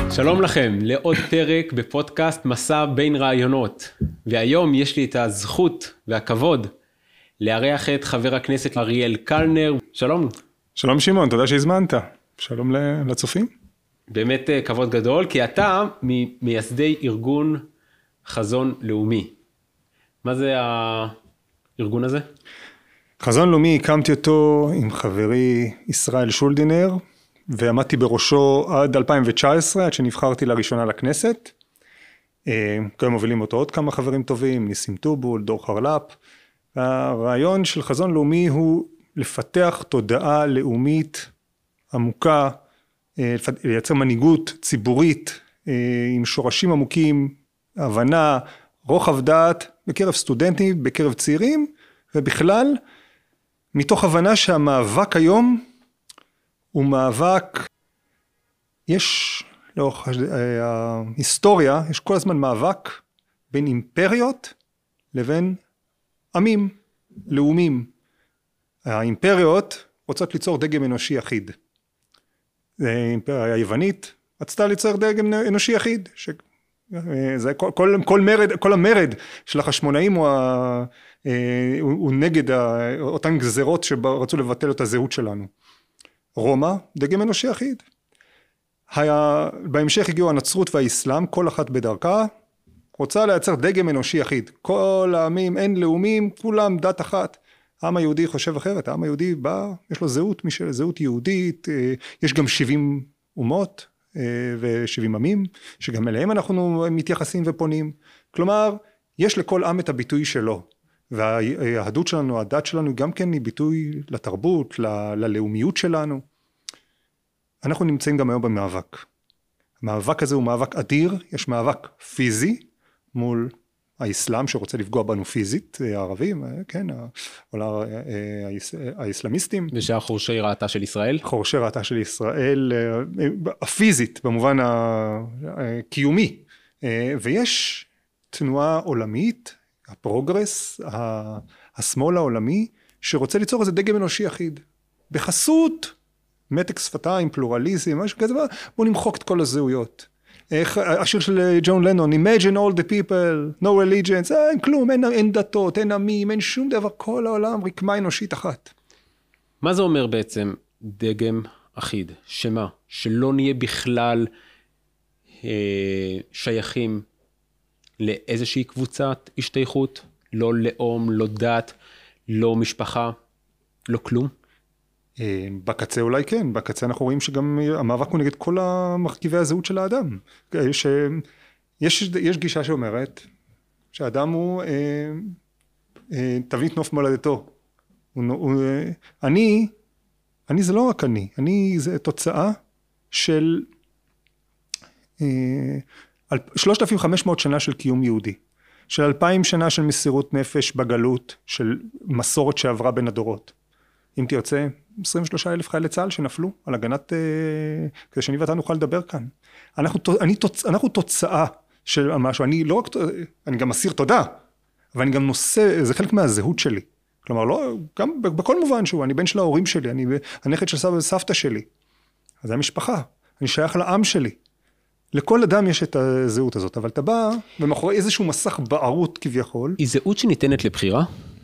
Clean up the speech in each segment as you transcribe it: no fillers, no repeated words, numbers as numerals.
שלום לכם, לעוד פרק בפודקאסט מסע בין רעיונות. והיום יש לי את הזכות והכבוד לארח את חבר הכנסת אריאל קלנר. שלום. שלום שמעון, תודה שהזמנת. שלום לצופים. באמת כבוד גדול, כי אתה ממייסדי ארגון חזון לאומי. מה זה הארגון הזה? חזון לאומי, הקמתי אותו עם חברי ישראל שולדינר, ועמדתי בראשו עד 2019, עד שנבחרתי לראשונה לכנסת. כיום מובילים אותו עוד כמה חברים טובים, ניסים טובול, דור חרל"פ. הרעיון של חזון לאומי הוא לפתח תודעה לאומית עמוקה, לייצר מנהיגות ציבורית עם שורשים עמוקים, הבנה, רוחב דעת בקרב סטודנטים, בקרב צעירים, ובכלל מתוך הבנה שהמאבק היום הוא מאבק, יש לאורך ההיסטוריה, יש כל הזמן מאבק בין אימפריות לבין עמים, לאומים. האימפריות רוצות ליצור דגם אנושי אחיד. האימפריה היוונית רצתה ליצור דגם אנושי אחיד. זה כל המרד של החשמונאים הוא נגד אותן גזרות שרצו לבטל את הזהות שלנו. רומא, דגם אנושי אחיד. בהמשך הגיעו הנצרות והאסלאם, כל אחת בדרכה, רוצה לייצר דגם אנושי אחיד. כל העמים, אין לאומים, כולם דת אחת. העם היהודי חושב אחרת, העם היהודי בא, יש לו זהות, זהות יהודית, יש גם 70 אומות ו70 עמים, שגם אליהם אנחנו מתייחסים ופונים. כלומר, יש לכל עם את הביטוי שלו. והיהדות שלנו, הדת שלנו, גם כן היא ביטוי לתרבות, ללאומיות שלנו. אנחנו נמצאים גם היום במאבק. המאבק הזה הוא מאבק אדיר, יש מאבק פיזי מול האסלאם שרוצה לפגוע בנו פיזית, הערבים, כן, האסלאמיסטים. ושהחורשי רעתה של ישראל? חורשי רעתה של ישראל, הפיזית במובן הקיומי. ויש תנועה עולמית, הפרוגרס, השמאל העולמי, שרוצה ליצור איזה דגם אנושי אחיד. בחסות, מתק שפתיים, פלורליזם, משהו כזה, בואו נמחוק את כל הזהויות. השיר של ג'ון לנון, Imagine all the people, no religions, אין כלום, אין דתות, אין עמים, אין שום דבר, כל העולם רקמה אנושית אחת. מה זה אומר בעצם דגם אחיד? שמה? שלא נהיה בכלל שייכים לאיזושהי קבוצת השתייכות, לא לאום, לא דת, לא משפחה, לא כלום? בקצה אולי כן, בקצה אנחנו רואים שגם המאבק הוא נגד כל המרכיבי הזהות של האדם. יש גישה שאומרת שהאדם הוא תבנית נוף מולדתו. אני זה לא רק אני זה תוצאה של 3,500 שנה של קיום יהודי, של 2,000 שנה של מסירות נפש בגלות, של מסורת שעברה בין הדורות. אם תרצה, 23,000 חיילי צה"ל שנפלו על הגנת, כדי שאני ואתה נוכל לדבר כאן. אנחנו תוצאה של משהו, אני גם מסיר תודה, אבל אני גם נושא, זה חלק מהזהות שלי. כלומר, לא, גם בכל מובן שהוא, אני בן של ההורים שלי, אני הנכד של סבא וסבתא שלי. אז זה המשפחה, אני שייך לעם שלי. לכל אדם יש את הזהות הזאת, אבל אתה בא ומאחורי איזשהו מסך בערות כביכול. היא זהות שניתנת לבחירה?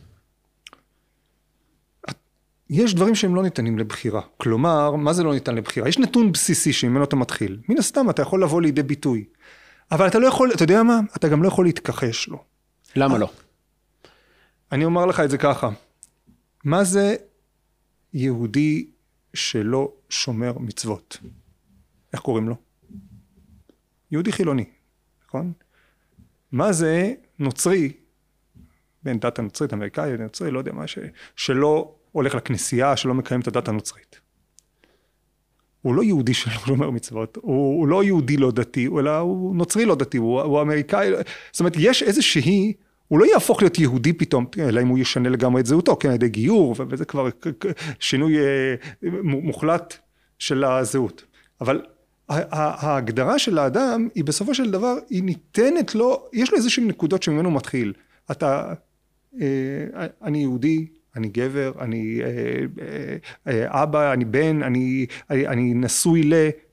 יש דברים שהם לא ניתנים לבחירה. כלומר, מה זה לא ניתן לבחירה? יש נתון בסיסי שממנו אתה מתחיל. מן הסתם אתה יכול לבוא לידי ביטוי. אבל אתה לא יכול, אתה יודע מה? אתה גם לא יכול להתכחש לו. למה לא? אני אומר לך את זה ככה. מה זה יהודי שלא שומר מצוות? איך קוראים לו? יהודי חילוני, נכון? מה זה נוצרי, בין דת הנוצרית, אמריקאי, נוצרי, לא יודע מה, שלא הולך לכנסייה, שלא מקיים את הדת הנוצרית. הוא לא יהודי שלא שומר מצוות, הוא לא יהודי לא דתי, אלא הוא נוצרי לא דתי, הוא אמריקאי, זאת אומרת, יש איזושהי, הוא לא יהפוך להיות יהודי פתאום, אלא אם הוא ישנה לגמרי את זהותו, כן, על ידי גיור, וזה כבר שינוי מוחלט של הזהות. אבל ההגדרה של האדם היא בסופו של דבר, היא ניתנת לו, יש לו איזושהי נקודות שממנו מתחיל. אני יהודי, אני גבר, אני אבא, אני בן, אני נשוי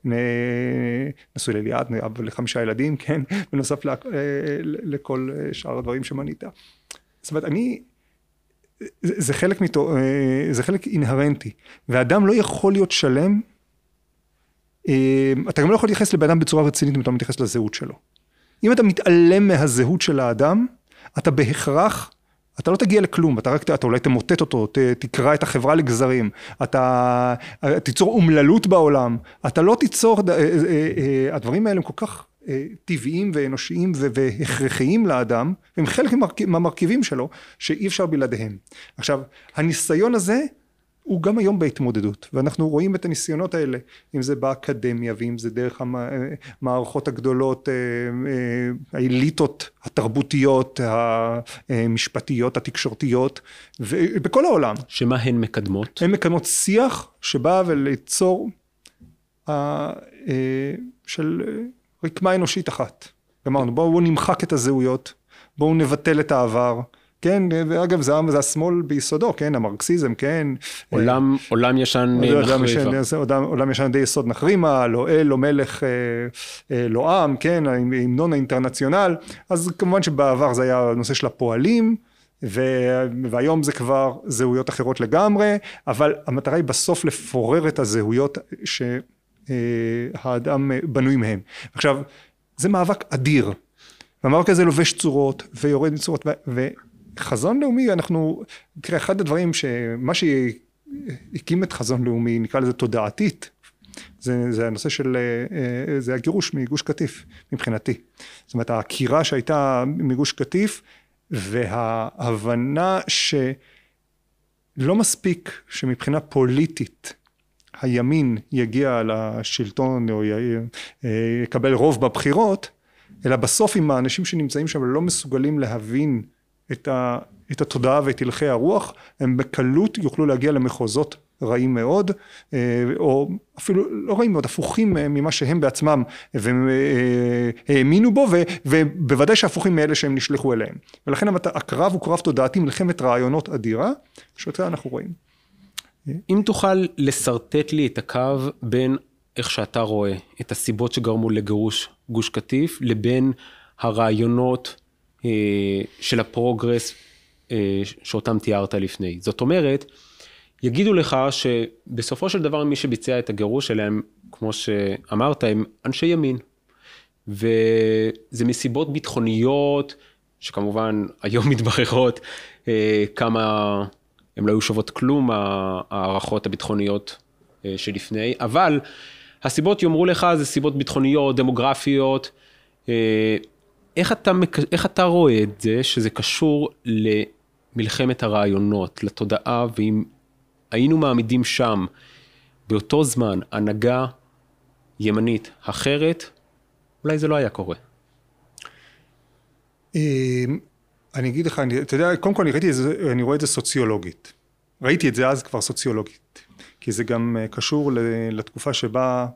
לליעד, אבא ל5 ילדים, כן, בנוסף לכל שאר הדברים שמנית. זאת אומרת, זה חלק אינהרנטי, והאדם לא יכול להיות שלם, אתה גם לא יכול להתייחס לבן אדם בצורה רצינית אם אתה מתייחס לזהות שלו. אם אתה מתעלם מהזהות של האדם, אתה בהכרח, אתה לא תגיע לכלום, אתה אולי תמוטט אותו, תקרא את החברה לגזרים, אתה תיצור אומללות בעולם, אתה לא תיצור, הדברים האלה הם כל כך טבעיים ואנושיים והכרחיים לאדם, הם חלק מהמרכיבים שלו, שאי אפשר בלעדיהם. עכשיו, הניסיון הזה, הוא גם היום בהתמודדות, ואנחנו רואים את הניסיונות האלה, אם זה באקדמיה, ואם זה דרך המערכות הגדולות, האליטות התרבותיות, המשפטיות, התקשורתיות, ובכל העולם. שמה הן מקדמות? הן מקדמות שיח שבא וליצור של רקמה אנושית אחת. אמרנו, בואו נמחק את הזהויות, בואו נבטל את העבר, כן, ואגב זה השמאל ביסודו, כן, המרקסיזם, כן. עולם ישן נחריבה. עולם ישן די יסוד נחרימה, לא אל, לא מלך, לא עם, כן, ההמנון האינטרנציונל, אז כמובן שבעבר זה היה נושא של הפועלים, והיום זה כבר זהויות אחרות לגמרי, אבל המטרה היא בסוף לפורר את הזהויות שהאדם בנוי מהם. עכשיו, זה מאבק אדיר, והמאבק הזה לובש צורות ויורד מצורות, וחזון לאומי, תראה, אחד הדברים מה שהקים את חזון לאומי, נקרא לזה תודעתית, זה הנושא של, זה הגירוש מגוש קטיף, מבחינתי. זאת אומרת, העקירה שהייתה מגוש קטיף, וההבנה שלא מספיק שמבחינה פוליטית, הימין יגיע לשלטון, או יקבל רוב בבחירות, אלא בסוף אם האנשים שנמצאים שם לא מסוגלים להבין את התודעה ואת הלכי הרוח, הם בקלות יוכלו להגיע למחוזות רעים מאוד, או אפילו לא רעים מאוד, הפוכים ממה שהם בעצמם, והם האמינו בו, ובוודאי שהפוכים מאלה שהם נשלחו אליהם. ולכן הקרב הוא קרב תודעתי, מלחמת רעיונות אדירה, שאותה אנחנו רואים. אם תוכל לסרטט לי את הקו בין איך שאתה רואה את הסיבות שגרמו לגירוש גוש קטיף, לבין הרעיונות של הפרוגרס שאותם תיארת לפני. זאת אומרת, יגידו לך שבסופו של דבר מי שביצע את הגירוש שלהם, כמו שאמרת, הם אנשי ימין. וזה מסיבות ביטחוניות, שכמובן היום מתבררות כמה הם לא היו שוות כלום, הערכות הביטחוניות שלפני, אבל הסיבות יאמרו לך, זה סיבות ביטחוניות, דמוגרפיות, איך אתה רואה את זה, שזה קשור למלחמת הרעיונות, לתודעה, ואם היינו מעמידים שם, באותו זמן, הנהגה ימנית אחרת, אולי זה לא היה קורה. אני אגיד לך, אתה יודע, קודם כל אני רואה את זה סוציולוגית. ראיתי את זה אז כבר סוציולוגית, כי זה גם קשור לתקופה שבה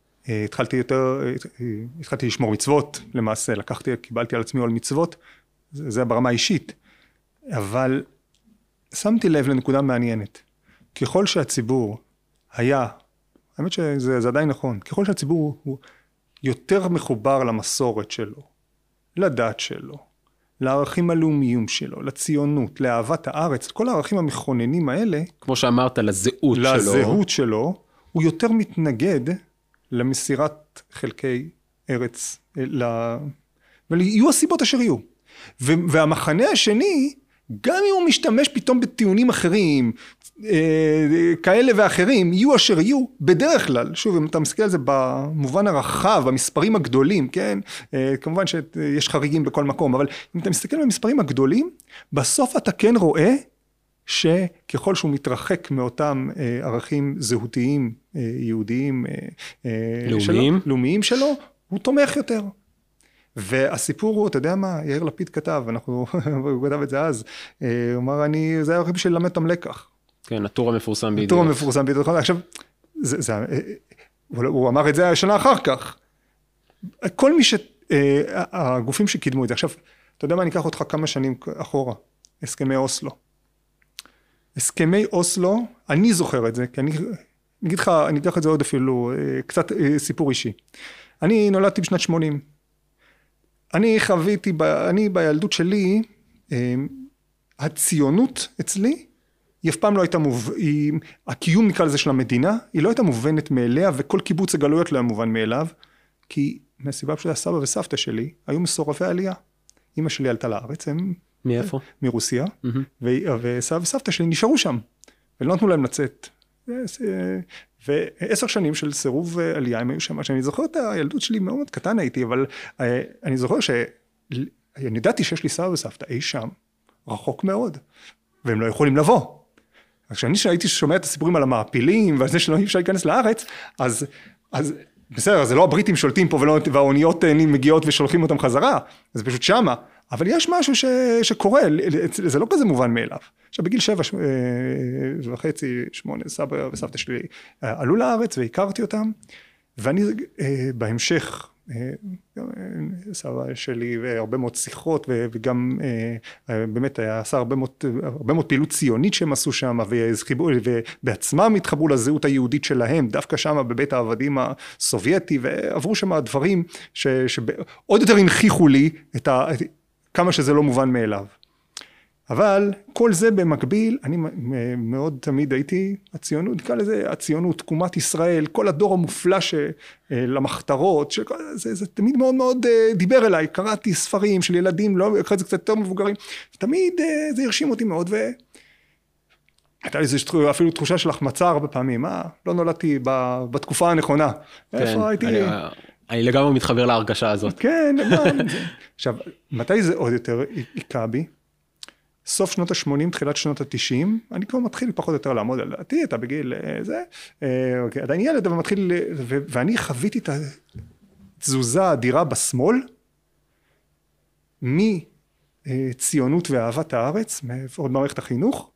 התחלתי לשמור מצוות, למעשה, קיבלתי על עצמי עול מצוות, זה ברמה האישית, אבל שמתי לב לנקודה מעניינת. ככל שהציבור היה, האמת שזה עדיין נכון, ככל שהציבור הוא יותר מחובר למסורת שלו, לדת שלו, לערכים הלאומיים שלו, לציונות, לאהבת הארץ, כל הערכים המכוננים האלה, כמו שאמרת, לזהות שלו, הוא יותר מתנגד למסירת חלקי ארץ, ויהיו הסיבות אשר יהיו. והמחנה השני, גם אם הוא משתמש פתאום בטיעונים אחרים, כאלה ואחרים, יהיו אשר יהיו, בדרך כלל, שוב, אם אתה מסתכל על זה במובן הרחב, במספרים הגדולים, כן? כמובן שיש חריגים בכל מקום, אבל אם אתה מסתכל במספרים הגדולים, בסוף אתה כן רואה שככל שהוא מתרחק מאותם ערכים זהותיים, יהודיים, לאומיים שלו, הוא תומך יותר. והסיפור הוא, אתה יודע מה, יאיר לפיד כתב, הוא כתב את זה אז, הוא אמר, זה היה בשביל ללמד אותם לקח. כן, הטור המפורסם בידיעות. הטור המפורסם בידיעות. עכשיו, הוא אמר את זה השנה אחר כך. כל הגופים שקידמו את זה. עכשיו, אתה יודע מה, אני אקח אותך כמה שנים אחורה, הסכמי אוסלו. הסכמי אוסלו, אני זוכר את זה, כי אני אגיד לך את זה עוד אפילו, קצת סיפור אישי. אני נולדתי בשנת 80. אני בילדות שלי, הציונות אצלי, היא אף פעם לא הייתה הקיום נקרא לזה של המדינה, היא לא הייתה מובנת מאליה, וכל קיבוץ הגלויות לא היה מובן מאליו, כי מהסיבה פשוט הסבא וסבתא שלי היו מסורבי עלייה. אמא שלי עלתה לארץ, הם... מאיפה? מרוסיה, וסבא וסבתא שלי נשארו שם, ולא נתנו להם לצאת. ו10 שנים של סירוב עלייה הם היו שם, שאני זוכר את הילדות שלי מאוד קטן הייתי, אבל אני זוכר אני ידעתי שיש לי סבא וסבתא אי שם, רחוק מאוד, והם לא יכולים לבוא. כשאני הייתי שומע את הסיפורים על המעפילים, ועל זה שלא אפשר להיכנס לארץ, אז בסדר, זה לא הבריטים שולטים פה, והאוניות מגיעות ושולחים אותם חזרה, זה פשוט שמה, אבל יש משהו שקורה, זה לא כזה מובן מאליו. עכשיו בגיל 7.5, 8, סבא וסבתא שלי עלו לארץ והכרתי אותם, ואני בהמשך, סבא שלי והרבה מאוד שיחות, וגם באמת עשה הרבה מאוד פעילות ציונית שהם עשו שם, ובעצמם התחברו לזהות היהודית שלהם, דווקא שם בבית העבדים הסובייטי, ועברו שם דברים שעוד יותר הנכיחו לי כמה שזה לא מובן מאליו. אבל כל זה במקביל, אני מאוד תמיד הייתי הציונות, נקרא לזה הציונות, תקומת ישראל, כל הדור המופלא למחתרות, זה תמיד מאוד מאוד דיבר אליי, קראתי ספרים של ילדים, לא, אחרי זה קצת יותר מבוגרים, תמיד זה הרשים אותי מאוד, הייתה לי אפילו תחושה של החמצה הרבה פעמים, לא נולדתי בתקופה הנכונה, איפה הייתי? אני לגמרי מתחבר להרגשה הזאת. כן, עכשיו, מתי זה עוד יותר עיקה בי? סוף שנות ה-80, תחילת שנות ה-90, אני כבר מתחיל פחות או יותר לעמוד על דעתי, אתה בגיל זה, עדיין ילד, אבל מתחיל, ואני חוויתי את התזוזה האדירה בשמאל, מציונות ואהבת הארץ, עוד מערכת החינוך,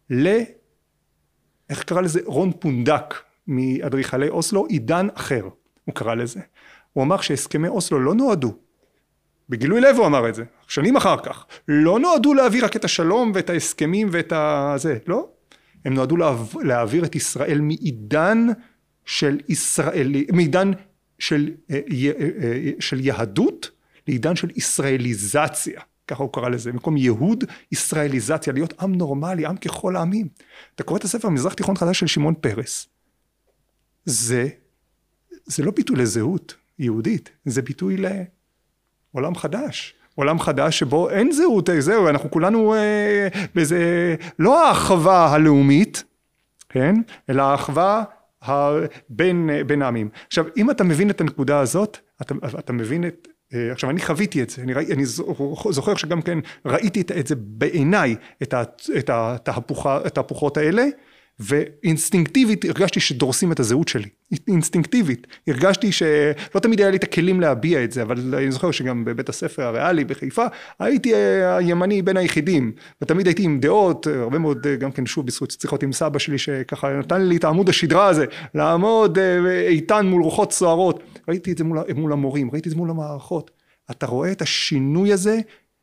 איך קרא לזה? רון פונדק, מאדריכלי אוסלו, עידן אחר, הוא קרא לזה. הוא אמר שהסכמי אוסלו לא נועדו, בגילוי לב הוא אמר את זה, שנים אחר כך, לא נועדו להעביר רק את השלום ואת ההסכמים ואת זה, לא? הם נועדו להעביר את ישראל מעידן של ישראלי, מעידן של יהדות, לעידן של ישראליזציה, ככה הוא קרא לזה, במקום יהוד, ישראליזציה, להיות עם נורמלי, עם ככל העמים. אתה קורא את הספר מזרח תיכון חדש של שמעון פרס, זה לא ביטוי לזהות יהודית, זה ביטוי עולם חדש, עולם חדש שבו אין זהות, זהו, אנחנו כולנו באיזה, לא האחווה הלאומית, כן? אלא האחווה בין העמים. עכשיו, אם אתה מבין את הנקודה הזאת, אתה מבין עכשיו, אני חוויתי את זה, אני זוכר שגם כן ראיתי את זה בעיניי, את התהפוכות האלה, ואינסטינקטיבית הרגשתי שדורסים את הזהות שלי, אינסטינקטיבית, הרגשתי שלא תמיד היה לי את הכלים להביע את זה, אבל אני זוכר שגם בבית הספר הריאלי בחיפה, הייתי הימני בין היחידים, ותמיד הייתי עם דעות, הרבה מאוד גם כן שוב בזכות שיחות עם סבא שלי, שככה נתן לי את העמוד השדרה הזה, לעמוד איתן מול רוחות סוערות, ראיתי את זה מול המורים, ראיתי את זה מול המערכות, אתה רואה את השינוי הזה,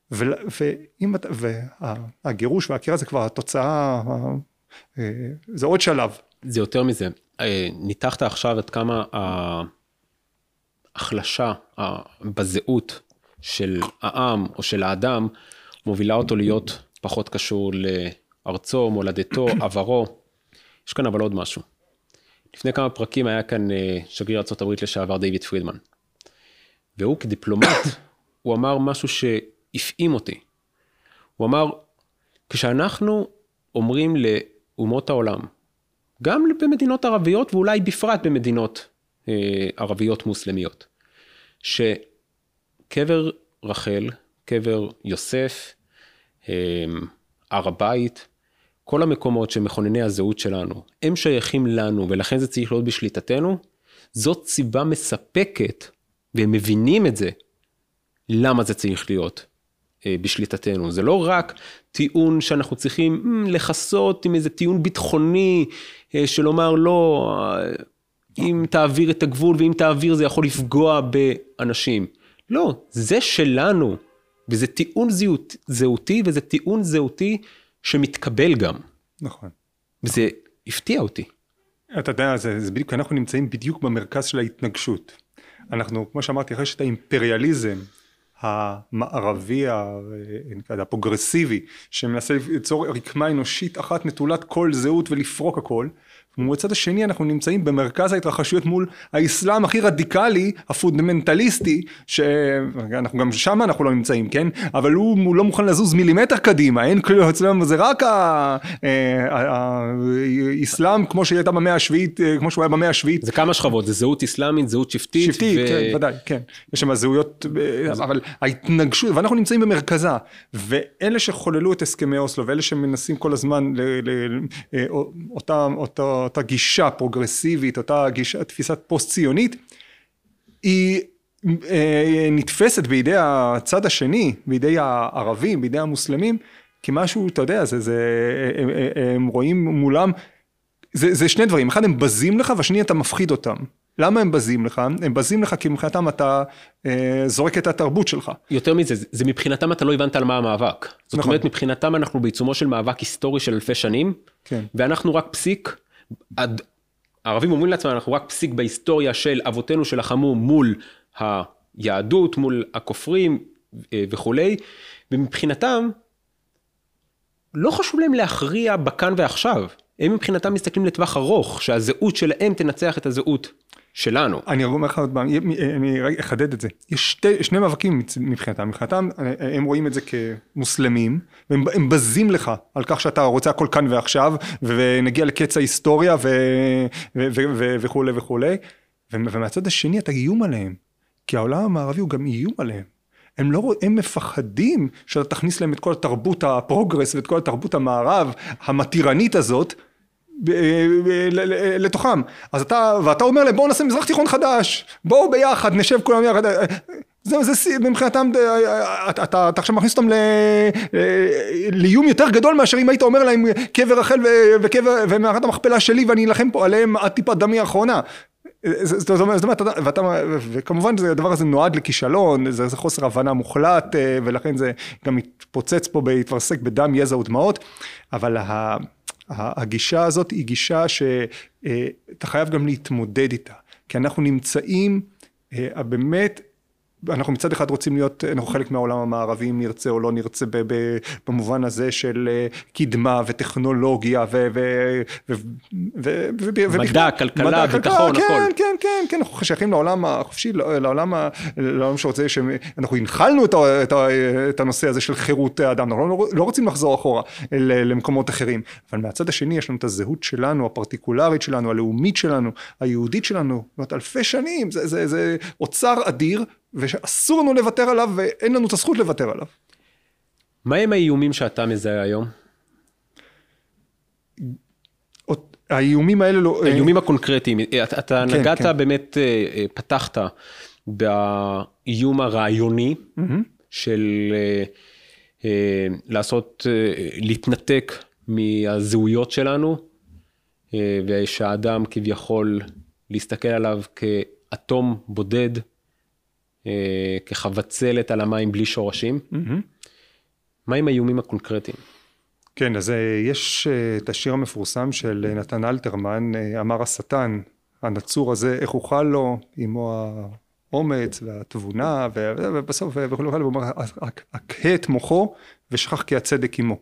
והגירוש והעקירה זה כבר התוצאה, זה עוד שלב. זה יותר מזה. ניתחת עכשיו את כמה ההחלשה בזהות של העם או של האדם, מובילה אותו להיות פחות קשור לארצו, מולדתו, עברו. יש כאן אבל עוד משהו. לפני כמה פרקים היה כאן שגריר ארצות הברית לשעבר דיוויד פרידמן. והוא כדיפלומט, הוא אמר משהו שהפעים אותי. הוא אמר, כשאנחנו אומרים אומות העולם, גם במדינות ערביות ואולי בפרט במדינות ערביות מוסלמיות, שקבר רחל, קבר יוסף, הר הבית, כל המקומות שמכונני הזהות שלנו, הם שייכים לנו ולכן זה צריך להיות בשליטתנו, זאת סיבה מספקת, והם מבינים את זה, למה זה צריך להיות בשליטתנו. זה לא רק טיעון שאנחנו צריכים לחסות עם איזה טיעון ביטחוני, שלומר לא, אם תעביר את הגבול ואם תעביר זה יכול לפגוע באנשים. לא, זה שלנו, וזה טיעון זהותי, וזה טיעון זהותי שמתקבל גם. נכון. וזה הפתיע אותי. אתה יודע, זה בדיוק, אנחנו נמצאים בדיוק במרכז של ההתנגשות. אנחנו, כמו שאמרתי, אחרי שאת האימפריאליזם המערבי, הפרוגרסיבי, שמנסה ליצור רקמה אנושית אחת נטולת כל זהות ולפרוק הכל, ומצד השני אנחנו נמצאים במרכז ההתרחשויות מול האסלאם הכי רדיקלי, הפונדמנטליסטי, שאנחנו גם שם אנחנו לא נמצאים, כן? אבל הוא לא מוכן לזוז מילימטר קדימה, אין כלום אצלם, זה רק האסלאם כמו שהייתה במאה השביעית, כמו שהוא היה במאה השביעית. זה כמה שכבות, זה זהות אסלאמית, זהות שבטית. שבטית, כן, ודאי, כן. יש שם זהויות, אבל ההתנגשות, ואנחנו נמצאים במרכזה, ואלה שחוללו את הסכמי אוסלו, ואלה שמנסים כל הזמן אותה גישה פרוגרסיבית, אותה גישה, תפיסת פוסט-ציונית, היא נתפסת בידי הצד השני, בידי הערבים, בידי המוסלמים, כמשהו, אתה יודע, הם רואים מולם, זה שני דברים, אחד הם בזים לך, והשני אתה מפחיד אותם. למה הם בזים לך? הם בזים לך כי מבחינתם אתה זורק את התרבות שלך. יותר מזה, זה מבחינתם אתה לא הבנת על מה המאבק. זאת אומרת, מבחינתם אנחנו בעיצומו של מאבק היסטורי של אלפי שנים, ואנחנו רק פסיק, הערבים אומרים לעצמם, אנחנו רק פסיק בהיסטוריה של אבותינו שלחמו מול היהדות, מול הכופרים וכולי, ומבחינתם, לא חשוב להם להכריע בכאן ועכשיו. הם מבחינתם מסתכלים לטווח ארוך, שהזהות שלהם תנצח את הזהות שלנו. אני אומר לך עוד פעם, אני אחדד את זה. יש שני מאבקים מבחינתם. מבחינתם, הם רואים את זה כמוסלמים, והם בזים לך על כך שאתה רוצה הכל כאן ועכשיו, ונגיע לקץ ההיסטוריה וכו' וכו'. ומהצד השני אתה איום עליהם, כי העולם המערבי הוא גם איום עליהם. הם מפחדים שאתה תכניס להם את כל התרבות הפרוגרס ואת כל התרבות המערב המתירנית הזאת לתוכם. אז ואתה אומר להם בואו נעשה מזרח תיכון חדש, בואו ביחד נשב כולם יחד. זה מבחינתם, אתה עכשיו מכניס אותם לאיום יותר גדול מאשר אם היית אומר להם קבר רחל ומערת המכפלה שלי ואני אלחם פה עליהם עד טיפת דמי האחרונה. זאת אומרת, וכמובן הדבר הזה נועד לכישלון, זה חוסר הבנה מוחלט, ולכן זה גם מתפוצץ פה, להתפרסק בדם, יזע ודמעות, אבל הגישה הזאת היא גישה שאתה חייב גם להתמודד איתה, כי אנחנו נמצאים באמת, אנחנו מצד אחד רוצים להיות, אנחנו חלק מהעולם המערבי, אם נרצה או לא נרצה, במובן הזה של קדמה וטכנולוגיה מדע, כלכלה, ביטחון, הכל. כן, אנחנו שייכים לעולם החופשי, לעולם שרוצה, שאנחנו הנחלנו את הנושא הזה של חירות האדם, אנחנו לא רוצים לחזור אחורה למקומות אחרים, אבל מהצד השני יש לנו את הזהות שלנו, הפרטיקולרית שלנו, הלאומית שלנו, היהודית שלנו, אלפי שנים, זה אוצר אדיר, ואסור לנו לוותר עליו, ואין לנו את הזכות לוותר עליו. מה הם האיומים שאתה מזהה היום? האיומים האלה לא... האיומים הקונקרטיים. אתה נגעת באמת, פתחת באיום הרעיוני, של לעשות, להתנתק מהזהויות שלנו, ושהאדם כביכול להסתכל עליו כאטום בודד, כחבצלת על המים בלי שורשים. מה עם האיומים הקונקרטיים? כן, אז יש את השיר המפורסם של נתן אלתרמן, אמר השטן, הנצור הזה, איך אוכל לו, עמו האומץ והתבונה, ובסוף וכו' הוא אומר, הקהה את מוחו ושכח כי הצדק עמו.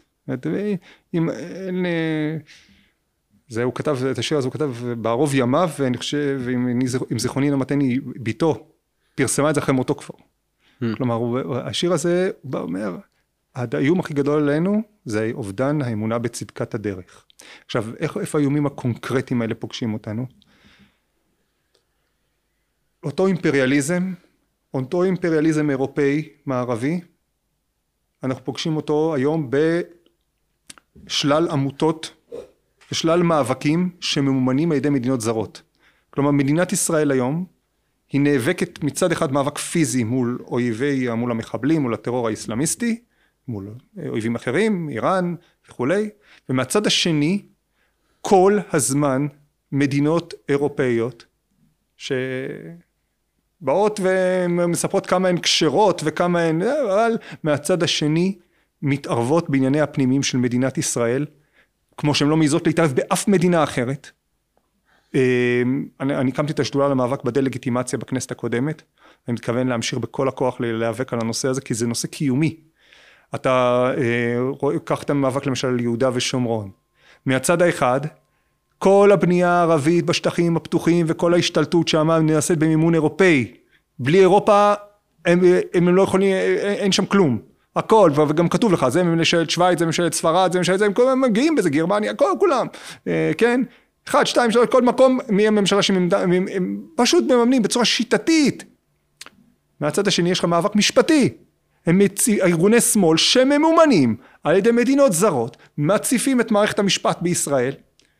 הוא כתב את השיר הזה, הוא כתב בערוב ימיו, ואני חושב, אם זיכרוני נמתני ביתו, פרסמה את זה אחרי מותו כבר. כלומר, השיר הזה אומר, האיום הכי גדול עלינו, זה אובדן האמונה בצדקת הדרך. עכשיו, איפה האיומים הקונקרטיים האלה פוגשים אותנו? אותו אימפריאליזם אירופאי מערבי, אנחנו פוגשים אותו היום בשלל עמותות, ושלל מאבקים שממומנים על ידי מדינות זרות. כלומר, מדינת ישראל היום, היא נאבקת מצד אחד מאבק פיזי מול אויבי, מול המחבלים, מול הטרור האסלאמיסטי, מול אויבים אחרים, איראן וכולי, ומהצד השני, כל הזמן מדינות אירופאיות, שבאות ומספרות כמה הן קשרות וכמה הן, אבל מהצד השני מתערבות בענייני הפנימיים של מדינת ישראל, כמו שהן לא מעיזות להתערב באף מדינה אחרת. אני הקמתי את השדולה למאבק בדה-לגיטימציה בכנסת הקודמת, אני מתכוון להמשיך בכל הכוח להיאבק על הנושא הזה, כי זה נושא קיומי. אתה קח את המאבק למשל על יהודה ושומרון. מהצד האחד, כל הבנייה הערבית בשטחים הפתוחים וכל ההשתלטות שם נעשית במימון אירופאי. בלי אירופה הם לא יכולים, אין שם כלום. הכל, וגם כתוב לך, זה ממשלת שוויץ, זה ממשלת ספרד, זה ממשלת זה, הם כולם מגיעים בזה, גרמניה, כולם, כן? 1, 2, 3, כל מקום, מי הממשלה שהם פשוט מממנים בצורה שיטתית. מהצד השני יש לך מאבק משפטי. הם ארגוני שמאל שממומנים על ידי מדינות זרות, מציפים את מערכת המשפט בישראל,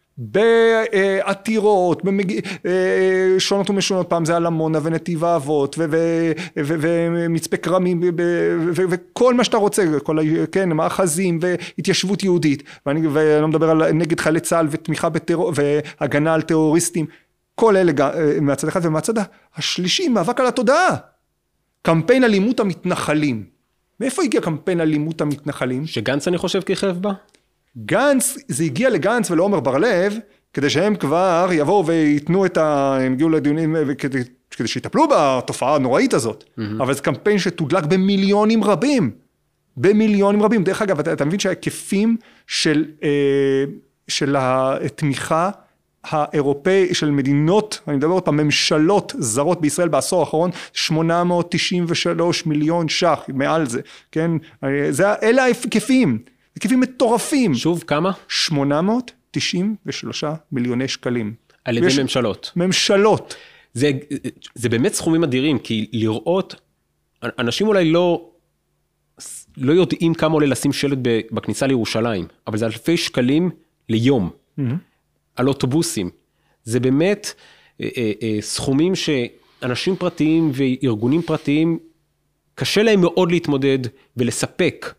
בעתירות, שונות ומשונות, פעם זה על עמונה ונתיב האבות, ומצפה כרמים, וכל מה שאתה רוצה, כן, מאחזים והתיישבות יהודית, ואני לא מדבר על נגד חיילי צה"ל ותמיכה בטרור, והגנה על טרוריסטים, כל אלה מהצד אחד, ומהצד השלישי, מאבק על התודעה, קמפיין אלימות המתנחלים. מאיפה הגיע קמפיין אלימות המתנחלים? שגנץ אני חושב כיכב בה? גנץ, זה הגיע לגנץ ולעומר בר לב, כדי שהם כבר יבואו ויתנו הם הגיעו לדיונים, כדי שיטפלו בתופעה הנוראית הזאת. אבל זה קמפיין שתודלק במיליונים רבים. במיליונים רבים. דרך אגב, אתה מבין שההיקפים של התמיכה האירופאי, של מדינות, אני מדבר עוד פעם, ממשלות זרות בישראל בעשור האחרון, 893 מיליון ש"ח, מעל זה, כן? אלה ההיקפים. היקפים מטורפים. שוב, כמה? 893 מיליוני שקלים. על ידי ממשלות. ממשלות. זה באמת סכומים אדירים, כי לראות, אנשים אולי לא יודעים כמה עולה לשים שלט בכניסה לירושלים, אבל זה אלפי שקלים ליום, על אוטובוסים. זה באמת סכומים שאנשים פרטיים וארגונים פרטיים, קשה להם מאוד להתמודד ולספק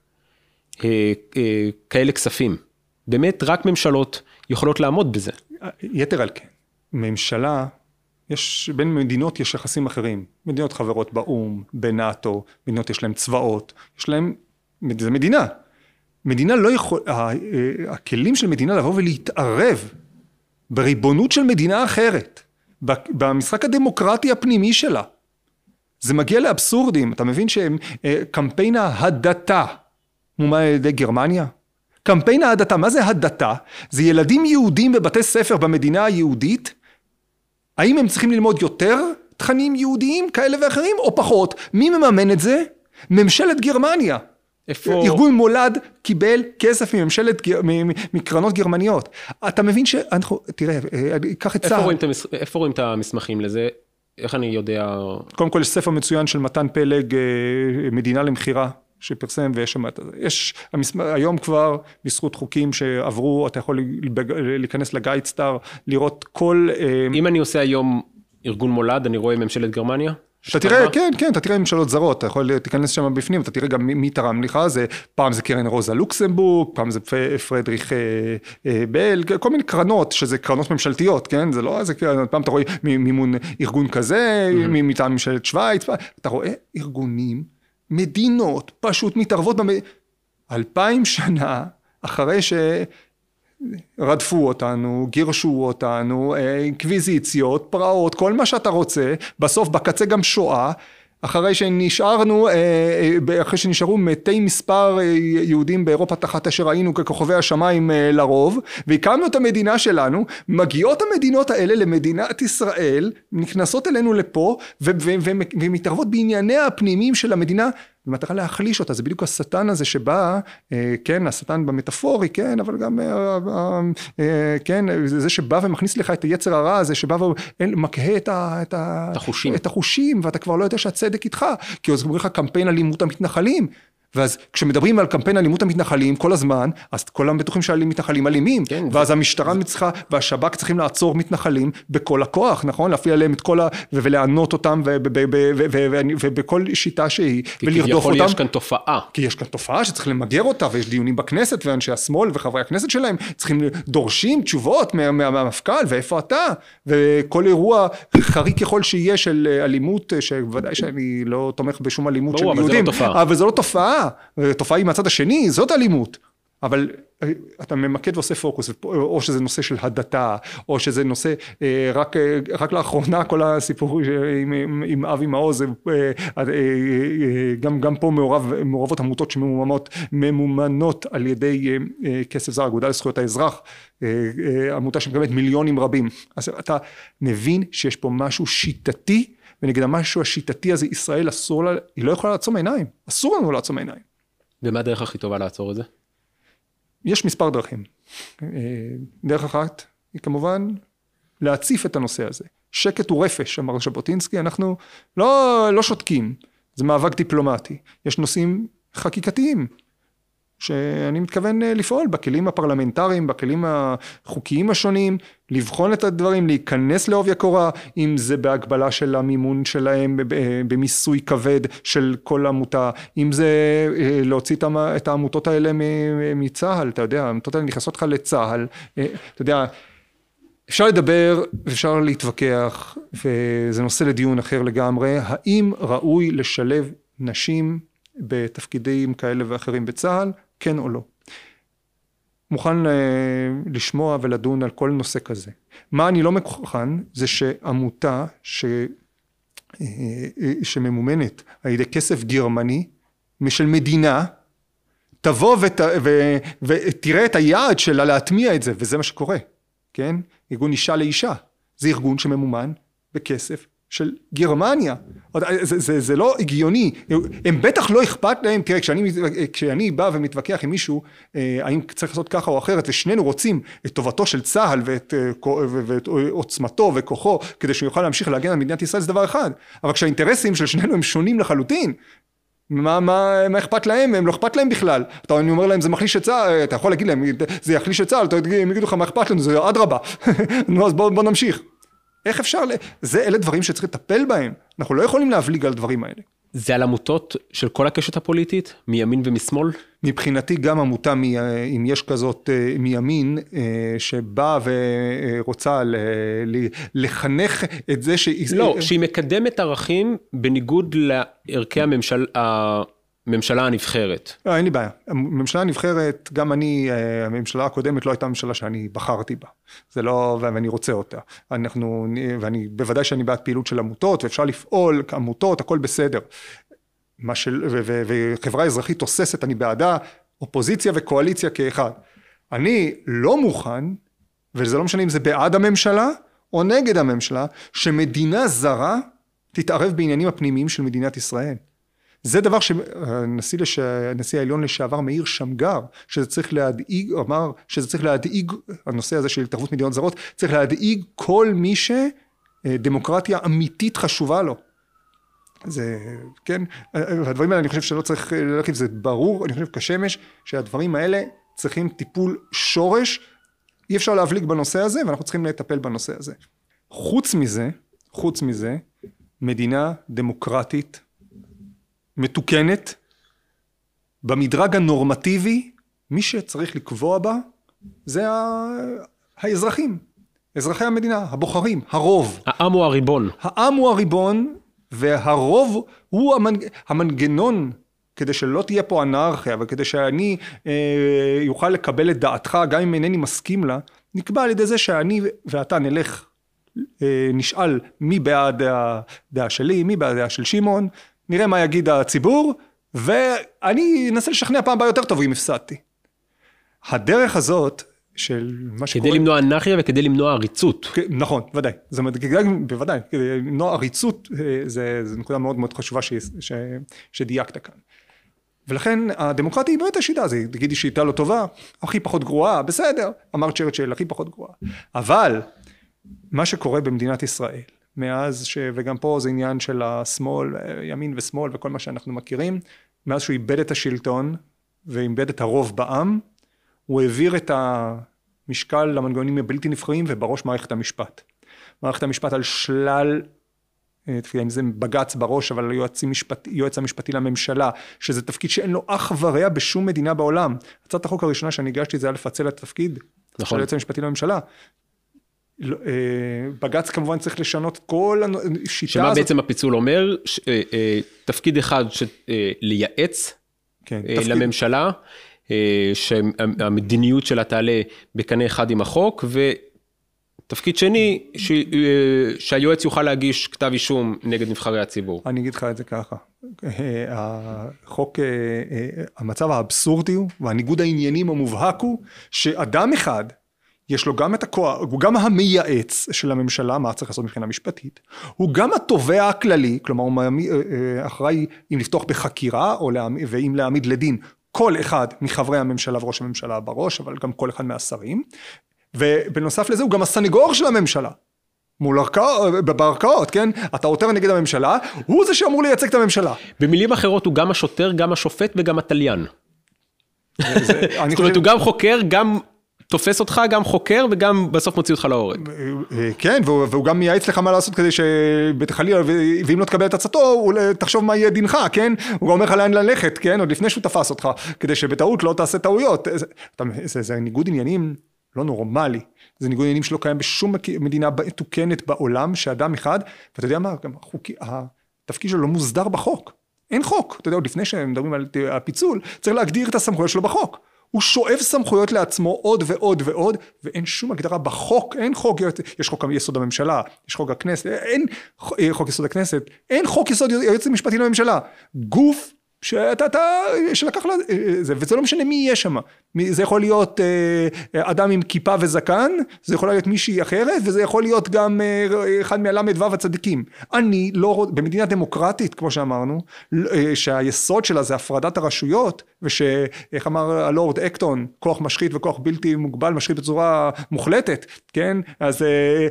כאלה כספים. באמת רק ממשלות יכולות לעמוד בזה. יתר על כן, ממשלה, בין מדינות יש יחסים אחרים. מדינות חברות באום, בנאטו, מדינות יש להם צבאות, יש להם, זה מדינה. מדינה לא יכול, הכלים של מדינה לבוא ולהתערב בריבונות של מדינה אחרת, במשחק הדמוקרטי הפנימי שלה. זה מגיע לאבסורדים, אתה מבין שקמפיין ההדתה, מומן על ידי גרמניה? קמפיין ההדתה, מה זה הדתה? זה ילדים יהודים בבתי ספר במדינה היהודית, האם הם צריכים ללמוד יותר תכנים יהודיים כאלה ואחרים או פחות? מי מממן את זה? ממשלת גרמניה. ארגון מולד קיבל כסף מקרנות גרמניות. אתה מבין שאנחנו, תראה, קח את צה"ל. איפה רואים את המסמכים לזה? איך אני יודע? קודם כל יש ספר מצוין של מתן פלג, מדינה למחירה, שפרסם ויש שם, היום כבר בזכות חוקים שעברו, אתה יכול להיכנס לגיידסטאר, לראות כל... אם אני עושה היום ארגון מולד, אני רואה ממשלת גרמניה? אתה תראה, כן, אתה תראה ממשלות זרות, אתה יכול תיכנס שם בפנים, אתה תראה גם מי תרם לך, פעם זה קרן רוזה לוקסמבורג, פעם זה פרדריך בל, כל מיני קרנות, שזה קרנות ממשלתיות, כן, זה לא איזה קרנות, פעם אתה רואה מימון ארגון כזה, מטעם ממשלת שוויץ, אתה רואה ארגונים, מדינות פשוט מתערבות 2000 שנה אחרי רדפו אותנו, גירשו אותנו, אינקוויזיציות, פרעות, כל מה שאתה רוצה, בסוף בקצה גם שואה, אחרי שנשארו מתי מספר יהודים באירופה תחת אשר היינו ככוכבי השמיים לרוב, והקמנו את המדינה שלנו, מגיעות המדינות האלה למדינת ישראל, נכנסות אלינו לפה, ומתערבות בענייניה הפנימיים של המדינה, במטרה להחליש אותה. זה בדיוק השטן הזה שבא, כן, השטן במטאפורי, כן, אבל גם, כן, זה שבא ומכניס לך את היצר הרע הזה, שבא ומקהה את החושים, ואתה כבר לא יודע שהצדק איתך, כי אז אומרים לך קמפיין אלימות המתנחלים, ואז כשמדברים על קמפיין אלימות המתנחלים כל הזמן, אז כולם בטוחים שהמתנחלים אלימים, כן, ואז המשטרה צריכה, והשב"כ צריכים לעצור מתנחלים בכל הכוח, נכון? להפעיל עליהם את כל ולענות אותם, ובכל שיטה שהיא, ולרדוף אותם. יש כאן תופעה. כי יש כאן תופעה שצריך למגר אותה, ויש דיונים בכנסת, ואנשי השמאל וחברי הכנסת שלהם, צריכים דורשים תשובות מהמפכ"ל, ואיפה אתה? וכל אירוע חריג ככל שיהיה של אלימות, שוודאי שאני לא תומך בשום אלימות של יהודים, אבל זה לא תופעה. תופעה היא מהצד השני, זאת אלימות. אבל אתה ממקד ועושה פוקוס, או שזה נושא של הדתה, או שזה נושא, רק לאחרונה כל הסיפור עם אבי מעוז, גם פה מעורבות עמותות שממומנות על ידי כסף זר, אגודה לזכויות האזרח, עמותה שמקבלת מיליונים רבים. אז אתה מבין שיש פה משהו שיטתי, ונגד המשהו השיטתי הזה ישראל אסור לה, היא לא יכולה לעצום עיניים, אסור לנו לעצום עיניים. ומה הדרך הכי טובה לעצור את זה? יש מספר דרכים. דרך אחת היא כמובן להציף את הנושא הזה. שקט הוא רפש, אמר ז'בוטינסקי, אנחנו לא שותקים, זה מאבק דיפלומטי. יש נושאים חקיקתיים, שאני מתכוון לפעול בכלים הפרלמנטריים, בכלים החוקיים השונים, לבחון את הדברים, להיכנס לעובי הקורה, אם זה בהגבלה של המימון שלהם, במיסוי כבד של כל עמותה, אם זה להוציא את העמותות האלה מצהל, אתה יודע, העמותות האלה נכנסות לך לצהל, אתה יודע, אפשר לדבר ואפשר להתווכח, וזה נושא לדיון אחר לגמרי, האם ראוי לשלב נשים בתפקידים כאלה ואחרים בצהל, כן או לא. מוכן לשמוע ולדון על כל נושא כזה. מה אני לא מוכן זה שעמותה שממומנת על ידי כסף גרמני משל מדינה, תבוא ותראה את היעד שלה להטמיע את זה, וזה מה שקורה, כן? ארגון אישה לאישה, זה ארגון שממומן בכסף של גרמניה, זה לא הגיוני, הם בטח לא אכפת להם, תראה, כשאני בא ומתווכח עם מישהו, האם צריך לעשות ככה או אחרת, ושנינו רוצים את טובתו של צהל, ואת עוצמתו וכוחו, כדי שהוא יוכל להמשיך להגן על מדינת ישראל, זה דבר אחד, אבל כשהאינטרסים של שנינו הם שונים לחלוטין, מה אכפת להם? הם לא אכפת להם בכלל. אני אומר להם, זה מחליש את צה"ל, אתה יכול להגיד להם, זה יחליש את צה"ל, הם יגידו לך, מה אכפת לנו? זה עד רבה. נו, אז בוא נמשיך. איך אפשר, אלה דברים שצריך לטפל בהם. אנחנו לא יכולים להבליג על דברים האלה. זה על עמותות של כל הקשת הפוליטית, מימין ומשמאל? מבחינתי גם עמותה, אם יש כזאת מימין, שבאה ורוצה לחנך את זה לא, שהיא מקדמת ערכים בניגוד לערכי הממשלה הנבחרת. לא, אין לי בעיה. הממשלה הנבחרת, גם אני, הממשלה הקודמת לא הייתה ממשלה שאני בחרתי בה. זה לא, ואני רוצה אותה. ואני בוודאי שאני בעד פעילות של עמותות, ואפשר לפעול כעמותות, הכל בסדר. וחברה אזרחית תוססת, אני בעדה, אופוזיציה וקואליציה כאחד. אני לא מוכן, וזה לא משנה אם זה בעד הממשלה, או נגד הממשלה, שמדינה זרה תתערב בעניינים הפנימיים של מדינת ישראל. זה דבר שהנשיא העליון לשעבר מאיר שמגר, שזה צריך להדאיג, אמר שזה צריך להדאיג, הנושא הזה של התערבות מדינות זרות, צריך להדאיג כל מי שדמוקרטיה אמיתית חשובה לו. זה, כן, והדברים האלה אני חושב שלא צריך להרחיב, זה ברור, אני חושב כשמש, שהדברים האלה צריכים טיפול שורש, אי אפשר להבליג בנושא הזה, ואנחנו צריכים לטפל בנושא הזה. חוץ מזה, מדינה דמוקרטית, מתוקנת, במדרג הנורמטיבי, מי שצריך לקבוע בה, זה האזרחים, אזרחי המדינה, הבוחרים, הרוב. העם הוא הריבון. העם הוא הריבון, והרוב הוא המנגנון, כדי שלא תהיה פה אנרכיה, וכדי שאני יוכל לקבל את דעתך, גם אם אינני מסכים לה, נקבע על ידי זה שאני ואתה נלך, נשאל מי בעד הדעה שלי, מי בעד הדעה של שמעון, נראה מה יגיד הציבור, ואני אנסה לשכנע פעם הבאה יותר טוב אם הפסדתי. הדרך הזאת של מה שקורה... כדי למנוע אנרכיה וכדי למנוע עריצות. נכון, ודאי. זאת אומרת, בוודאי, כדי למנוע עריצות, זה נקודה מאוד מאוד חשובה שדייקת כאן. ולכן הדמוקרטיה היא באמת השיטה, זה תגידי שיטה לא טובה, הכי פחות גרועה, בסדר, אמר צ'רצ'יל, הכי פחות גרועה. אבל מה שקורה במדינת ישראל, מאז וגם פה זה עניין של השמאל, ימין ושמאל וכל מה שאנחנו מכירים, מאז שהוא איבד את השלטון ואיבד את הרוב בעם, הוא העביר את המשקל למנגנונים הבלתי נבחרים ובראש מערכת המשפט. מערכת המשפט על שלל, אם זה בגץ בראש, אבל יועץ המשפטי לממשלה, שזה תפקיד שאין לו אח ורע בשום מדינה בעולם. הצעת החוק הראשונה שאני הגשתי זה היה לפצל את התפקיד, נכון. של יועץ המשפטי לממשלה. בגץ כמובן צריך לשנות כל השיטה שמה הזאת. בעצם הפיצול אומר, תפקיד אחד לייעץ לממשלה, שהמדיניות שלה תעלה בקנה אחד עם החוק, ותפקיד שני, שהיועץ יוכל להגיש כתב אישום נגד נבחרי הציבור. אני אגיד לך את זה ככה, החוק, המצב האבסורדי הוא, והניגוד העניינים המובהק הוא, שאדם אחד, יש לו גם את הכוח, הוא גם המייעץ של הממשלה, מה צריך לעשות מבחינה משפטית, הוא גם התובע הכללי, כלומר הוא אחראי אם לפתוח בחקירה, ואם להעמיד לדין כל אחד מחברי הממשלה וראש הממשלה בראש, אבל גם כל אחד מהשרים, ובנוסף לזה הוא גם הסניגור של הממשלה, מול בערכאות, כן? אתה עותר נגד הממשלה, הוא זה שאמור לייצג את הממשלה. במילים אחרות הוא גם השוטר, גם השופט וגם התליין. זאת אומרת, הוא גם חוקר, גם תופס אותך, גם חוקר, וגם בסוף מוציא אותך להורג. כן, והוא גם מייעץ לך מה לעשות כדי שבתחלילה, ואם לא תקבל את עצתו, תחשוב מה יהיה דינך, כן? הוא אומר לך לאן ללכת, כן? עוד לפני שהוא תפס אותך, כדי שבטעות לא תעשה טעויות. זה ניגוד עניינים לא נורמלי. זה ניגוד עניינים שלא קיים בשום מדינה מתוקנת בעולם, שאדם אחד, ואתה יודע מה, גם התפקיד שלו לא מוסדר בחוק. אין חוק. אתה יודע, עוד לפני שמדברים על הפיצול, צריך להגדיר את הסמכויות שלו בחוק. הוא שואב סמכויות לעצמו עוד ועוד ועוד, ואין שום הגדרה בחוק, אין חוק, יש חוק יסוד הממשלה, יש חוק הכנסת, אין חוק יסוד הכנסת, אין חוק יסוד היועץ המשפטי לממשלה, גוף שלקח לה, וזה לא משנה מי יהיה שם, זה יכול להיות אדם עם כיפה וזקן, זה יכול להיות מישהי אחרת, וזה יכול להיות גם אחד מהלמד וו הצדיקים. אני לא, במדינה דמוקרטית, כמו שאמרנו, שהיסוד שלה זה הפרדת הרשויות, ושאיך אמר הלורד אקטון, כוח משחית וכוח בלתי מוגבל, משחית בצורה מוחלטת, כן? אז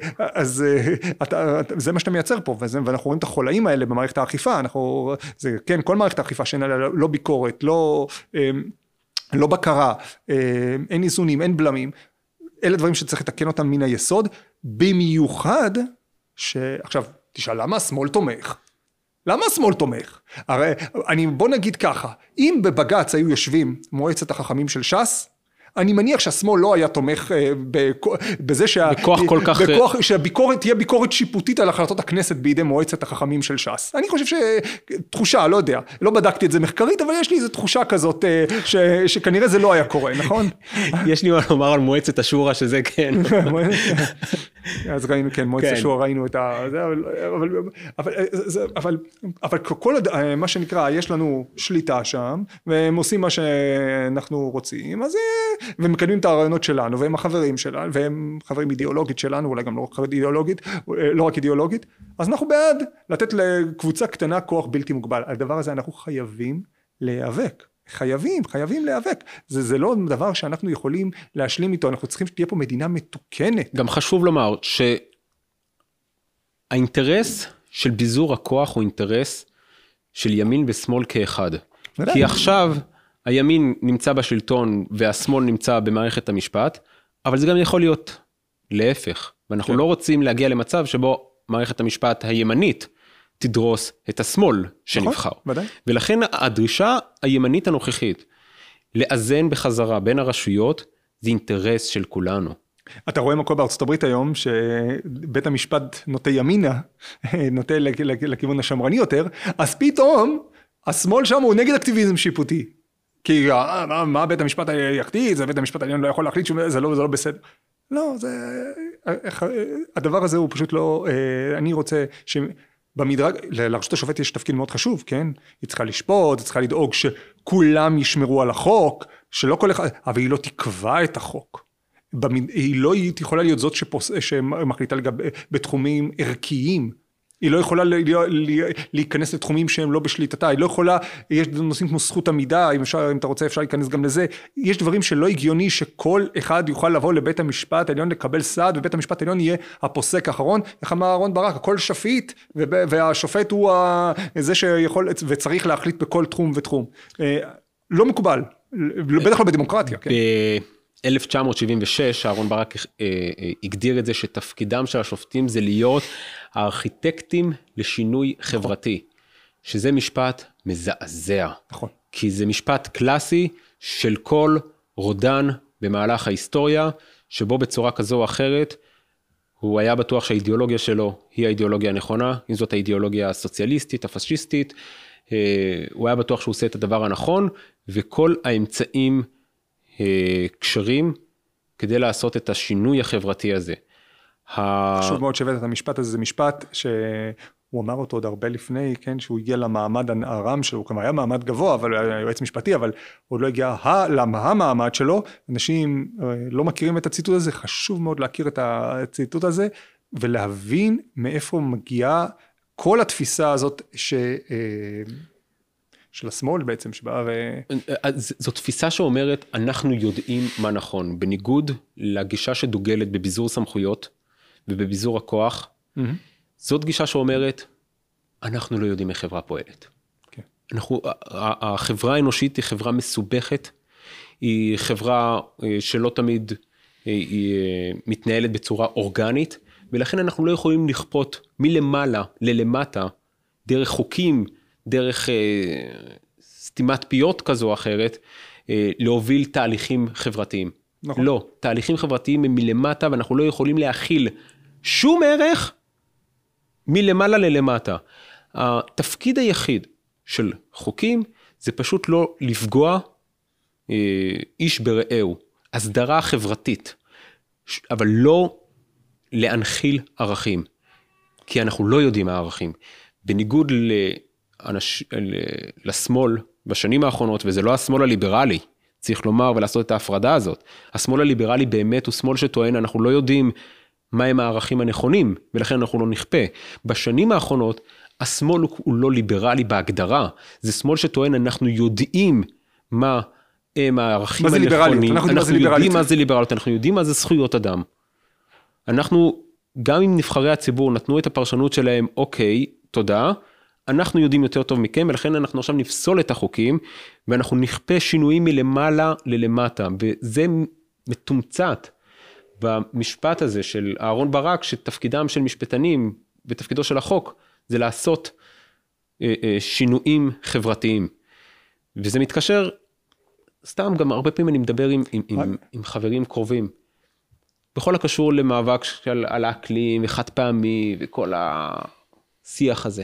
זה מה שאתה מייצר פה, ואנחנו רואים את החולאים האלה במערכת האכיפה, כן, כל מערכת האכיפה שאין עליה לא ביקורת, לא בקרה, אין איזונים, אין בלמים, אלה דברים שצריך לתקן אותם מן היסוד, במיוחד עכשיו, תשאל, למה השמאל תומך? למה השמאל תומך? הרי, בוא נגיד ככה, אם בבג"ץ היו יושבים מועצת החכמים של ש"ס, אני מניח שהשמאל לא היה תומך בזה בכוח כל כך... שהביקורת תהיה ביקורת שיפוטית על החלטות הכנסת בידי מועצת החכמים של ש"ס. אני חושב תחושה, לא יודע, לא בדקתי את זה מחקרית, אבל יש לי איזו תחושה כזאת שכנראה זה לא היה קורה, נכון? יש לי מה לומר על מועצת השורא שזה כן. אז ראינו, כן, מועצת השורא ראינו את זה, אבל כל מה שנקרא, יש לנו שליטה שם, והם עושים מה שאנחנו רוצים, אז ומקדמים את הרעיונות שלנו, והם החברים שלנו, והם חברים אידיאולוגית שלנו, אולי גם לא רק אידיאולוגית, אז אנחנו בעד לתת לקבוצה קטנה כוח בלתי מוגבל. על הדבר הזה אנחנו חייבים להיאבק. חייבים להיאבק. זה לא דבר שאנחנו יכולים להשלים איתו, אנחנו צריכים שתהיה פה מדינה מתוקנת. גם חשוב לומר שהאינטרס של ביזור הכוח הוא אינטרס של ימין ושמאל כאחד. כי עכשיו הימין נמצא בשלטון והשמאל נמצא במערכת המשפט, אבל זה גם יכול להיות להפך. ואנחנו לא רוצים להגיע למצב שבו מערכת המשפט הימנית תדרוס את השמאל שנבחר. ולכן הדרישה הימנית הנוכחית לאזן בחזרה בין הרשויות, זה אינטרס של כולנו. אתה רואה מקום בארצות הברית היום, שבית המשפט נוטה ימינה, נוטה לכיוון השמרני יותר, אז פתאום השמאל שם הוא נגד אקטיביזם שיפוטי. כי מה בית המשפט יכתיב, זה בית המשפט העליון לא יכול להחליט, זה לא בסדר. לא, הדבר הזה הוא פשוט לא, אני רוצה במדרג, לרשות השופט יש תפקיד מאוד חשוב, כן? היא צריכה לשפוט, היא צריכה לדאוג שכולם ישמרו על החוק, שלא כל אחד, אבל היא לא תקבע את החוק. היא לא יכולה להיות זאת שמחליטה בתחומים ערכיים, היא לא יכולה להיכנס לתחומים שהם לא בשליטתה, היא לא יכולה, יש נושאים כמו זכות עמידה, אם אתה רוצה אפשר להיכנס גם לזה, יש דברים שלא הגיוני שכל אחד יוכל לבוא לבית המשפט העליון לקבל סעד, ובית המשפט העליון יהיה הפוסק האחרון, איך אמר אהרן ברק, הכל שפיט, והשופט הוא זה שיכול וצריך להחליט בכל תחום ותחום. לא מקובל, בטח לא בדמוקרטיה. ב-1976 אהרן ברק הגדיר את זה שתפקידם של השופטים זה להיות הארכיטקטים לשינוי חברתי, שזה משפט מזעזע. נכון. כי זה משפט קלאסי של כל רודן במהלך ההיסטוריה, שבו בצורה כזו או אחרת, הוא היה בטוח שהאידיאולוגיה שלו היא האידיאולוגיה הנכונה, אם זאת האידיאולוגיה הסוציאליסטית, הפשיסטית, הוא היה בטוח שהוא עושה את הדבר הנכון, וכל האמצעים קשרים כדי לעשות את השינוי החברתי הזה. חשוב מאוד שהבאת את המשפט הזה, זה משפט שהוא אמר אותו עוד הרבה לפני, כן, שהוא הגיע למעמד הרם שלו, הוא כלומר היה מעמד גבוה, אבל היה יועץ משפטי, אבל עוד לא הגיע המעמד שלו, אנשים לא מכירים את הציטוט הזה, חשוב מאוד להכיר את הציטוט הזה, ולהבין מאיפה מגיעה כל התפיסה הזאת של השמאל בעצם, זו תפיסה שאומרת, אנחנו יודעים מה נכון, בניגוד לגישה שדוגלת בביזור סמכויות, ובביזור הכוח, זאת גישה שאומרת, אנחנו לא יודעים איך חברה פועלת. החברה האנושית היא חברה מסובכת, היא חברה שלא תמיד היא מתנהלת בצורה אורגנית, ולכן אנחנו לא יכולים לכפות מלמעלה ללמטה, דרך חוקים, דרך סתימת פיות כזו או אחרת, להוביל תהליכים חברתיים. נכון. לא, תהליכים חברתיים הם מלמטה, ואנחנו לא יכולים להכיל שום ערך מלמעלה ללמטה. התפקיד היחיד של חוקים, זה פשוט לא לפגוע איש ברעהו, הסדרה חברתית, אבל לא להנחיל ערכים, כי אנחנו לא יודעים מה הערכים. בניגוד לשמאל בשנים האחרונות, וזה לא השמאל הליברלי, צריך לומר ולעשות את ההפרדה הזאת. השמאל הליברלי באמת הוא שמאל שטוען, אנחנו לא יודעים מהם הערכים הנכונים, ולכן אנחנו לא נכפה. בשנים האחרונות, השמאל הוא לא ליברלי בהגדרה, זה שמאל שטוען, אנחנו יודעים מה הם הערכים הנכונים, אנחנו יודעים מה זה ליברליות, אנחנו יודעים מה זה זכויות אדם. אנחנו, גם אם נבחרי הציבור נתנו את הפרשנות שלהם, אוקיי, תודה, אנחנו יודעים יותר טוב מכם, ולכן אנחנו עכשיו נפסול את החוקים, ואנחנו נכפה שינויים מלמעלה ללמטה, וזה מתומצת במשפט הזה של אהרון ברק, שתפקידם של משפטנים, ותפקידו של החוק, זה לעשות שינויים חברתיים. וזה מתקשר, סתם גם הרבה פעמים אני מדבר עם חברים קרובים, בכל הקשור למאבק על האקלים, וחד פעמי, וכל השיח הזה.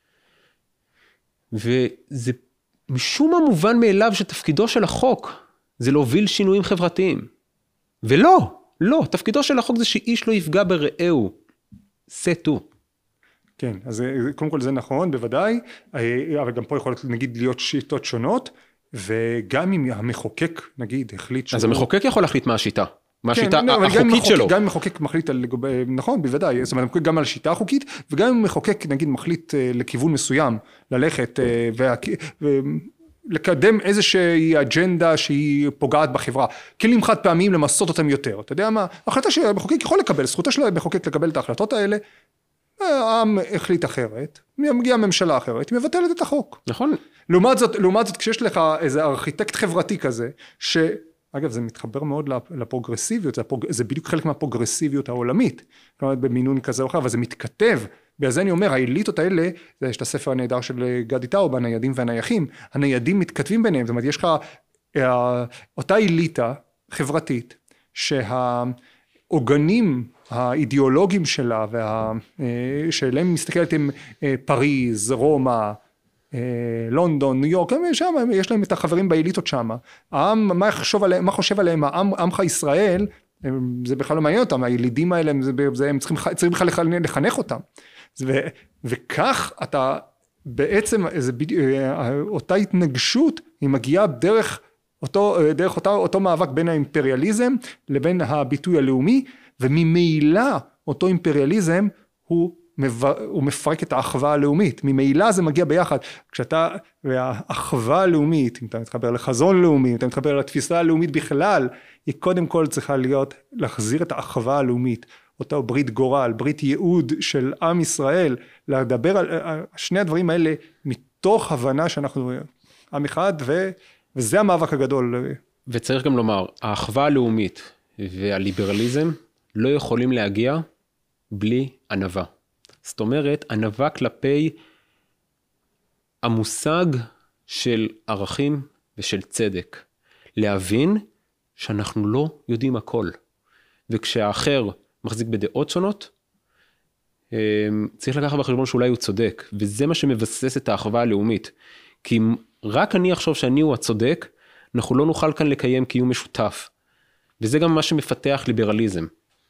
וזה משום המובן מאליו שתפקידו של החוק זה להוביל שינויים חברתיים. ולא, לא, תפקידו של החוק זה שאיש לא יפגע ברעהו. סטו. כן, אז קודם כל זה נכון, בוודאי, אבל גם פה יכול נגיד להיות שיטות שונות, וגם אם המחוקק נגיד החליט שהוא... אז המחוקק יכול להחליט מה השיטה. מה השיטה החוקית שלו. גם אם מחוקק מחליט על, נכון, בוודאי, זאת אומרת, גם על שיטה החוקית, וגם אם מחוקק, נגיד, מחליט לכיוון מסוים, ללכת ולקדם איזושהי אג'נדה שהיא פוגעת בחברה, כלים חד פעמים למסות אותם יותר. אתה יודע מה? החלטה שהמחוקק יכול לקבל, זכותה של המחוקק לקבל את ההחלטות האלה, העם החליט אחרת, מגיעה ממשלה אחרת, היא מבטלת את החוק. נכון. לעומת זאת, כשיש לך איזה ארכיטקט חברתי כזה, אגב, זה מתחבר מאוד לפרוגרסיביות, זה בדיוק חלק מהפרוגרסיביות העולמית, כלומר, במינון כזה או אחר, אבל זה מתכתב, בגלל זה אני אומר, האליטות האלה, יש את הספר הנהדר של גדי טאוב, הניידים והנייחים, הניידים מתכתבים ביניהם, זאת אומרת, יש לך אותה אליטה חברתית, שהעוגנים האידיאולוגיים שלה, שאליהם מסתכלת עם פריז, רומא, לונדון, ניו יורק, שם יש להם את החברים באליטות שם. העם, מה חושב עליהם עמך ישראל, זה בכלל לא מעניין אותם, הילידים האלה, הם צריכים בכלל לחנך אותם. וכך אתה בעצם, אותה התנגשות, היא מגיעה דרך אותו מאבק בין האימפריאליזם לבין הביטוי הלאומי, וממילא אותו אימפריאליזם הוא מפרק את האחווה הלאומית, ממילא זה מגיע ביחד, והאחווה הלאומית, אם אתה מתחבר לחזון לאומי, אם אתה מתחבר לתפיסה הלאומית בכלל, היא קודם כל צריכה להיות, להחזיר את האחווה הלאומית, אותו ברית גורל, ברית ייעוד של עם ישראל, לדבר על שני הדברים האלה, מתוך הבנה שאנחנו עם אחד, וזה המאבק הגדול. וצריך גם לומר, האחווה הלאומית והליברליזם לא יכולים להגיע בלי ענווה. זאת אומרת, ענווה כלפי המושג של ערכים ושל צדק. להבין שאנחנו לא יודעים הכל. וכשהאחר מחזיק בדעות שונות, צריך לקחת בחשבון שאולי הוא צודק. וזה מה שמבסס את האחווה הלאומית. כי אם רק אני אחשוב שאני הוא הצודק, אנחנו לא נוכל כאן לקיים קיום משותף. וזה גם מה שמפתח ליברליזם.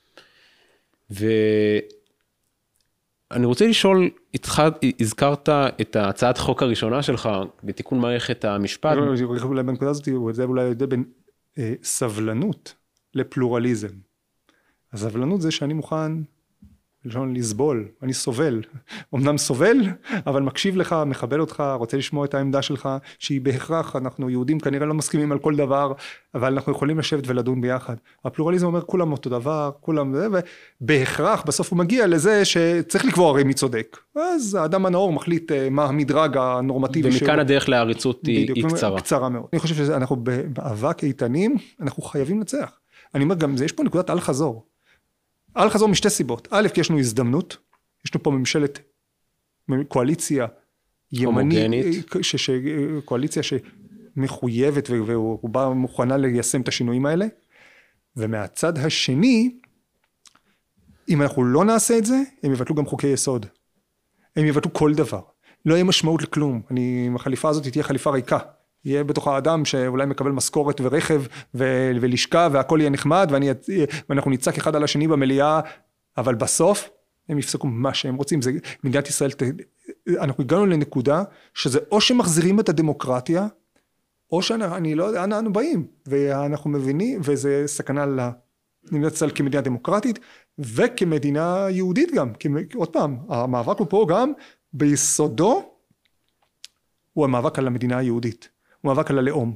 ואני רוצה לשאול, הזכרת את הצעת חוק הראשונה שלך, בתיקון מערכת המשפט. אולי בנקודה הזאת, זה אולי יודע בין סבלנות לפלורליזם. הסבלנות זה שאני מוכן לסבול, אני סובל. אמנם סובל, אבל מקשיב לך, מכבד אותך, רוצה לשמוע את העמדה שלך, שהיא בהכרח, אנחנו יהודים כנראה לא מסכימים על כל דבר, אבל אנחנו יכולים לשבת ולדון ביחד. הפלורליזם אומר כולם אותו דבר, כולם זה, ובהכרח בסוף הוא מגיע לזה שצריך לקבוע הרי מי צודק. אז האדם הנאור מחליט מה המדרג הנורמטיבי שלו. ומכאן הדרך לעריצות היא קצרה. קצרה מאוד. אני חושב שאנחנו במאבק איתנים, אנחנו חייבים לנצח. אני אומר גם, יש פה נקודת אל חזור. אל חזור משתי סיבות. א', כי יש לנו הזדמנות, יש לנו פה קואליציה ימנית, קואליציה שמחויבת ורובה מוכנה ליישם את השינויים האלה, ומהצד השני, אם אנחנו לא נעשה את זה, הם יבטלו גם חוקי יסוד. הם יבטלו כל דבר. לא יהיה משמעות לכלום. החליפה הזאת תהיה חליפה ריקה. יהיה בתוך האדם שאולי מקבל משכורת ורכב ולשכה והכל יהיה נחמד ואנחנו ניצק אחד על השני במליאה, אבל בסוף הם יפסקו מה שהם רוצים. זה מדינת ישראל, אנחנו הגענו לנקודה שזה או שמחזירים את הדמוקרטיה, או שאני לא יודע, אנו באים, ואנחנו מבינים, וזה סכנה למדינת ישראל כמדינה דמוקרטית, וכמדינה יהודית גם, עוד פעם, המאבק הוא פה גם ביסודו, הוא המאבק על המדינה היהודית. הוא מאבק על הלאום.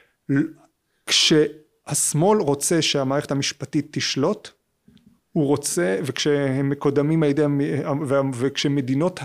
כשהשמאל רוצה שהמערכת המשפטית תשלוט, הוא רוצה, וכשהם מקודמים על ידי, וכשמדינות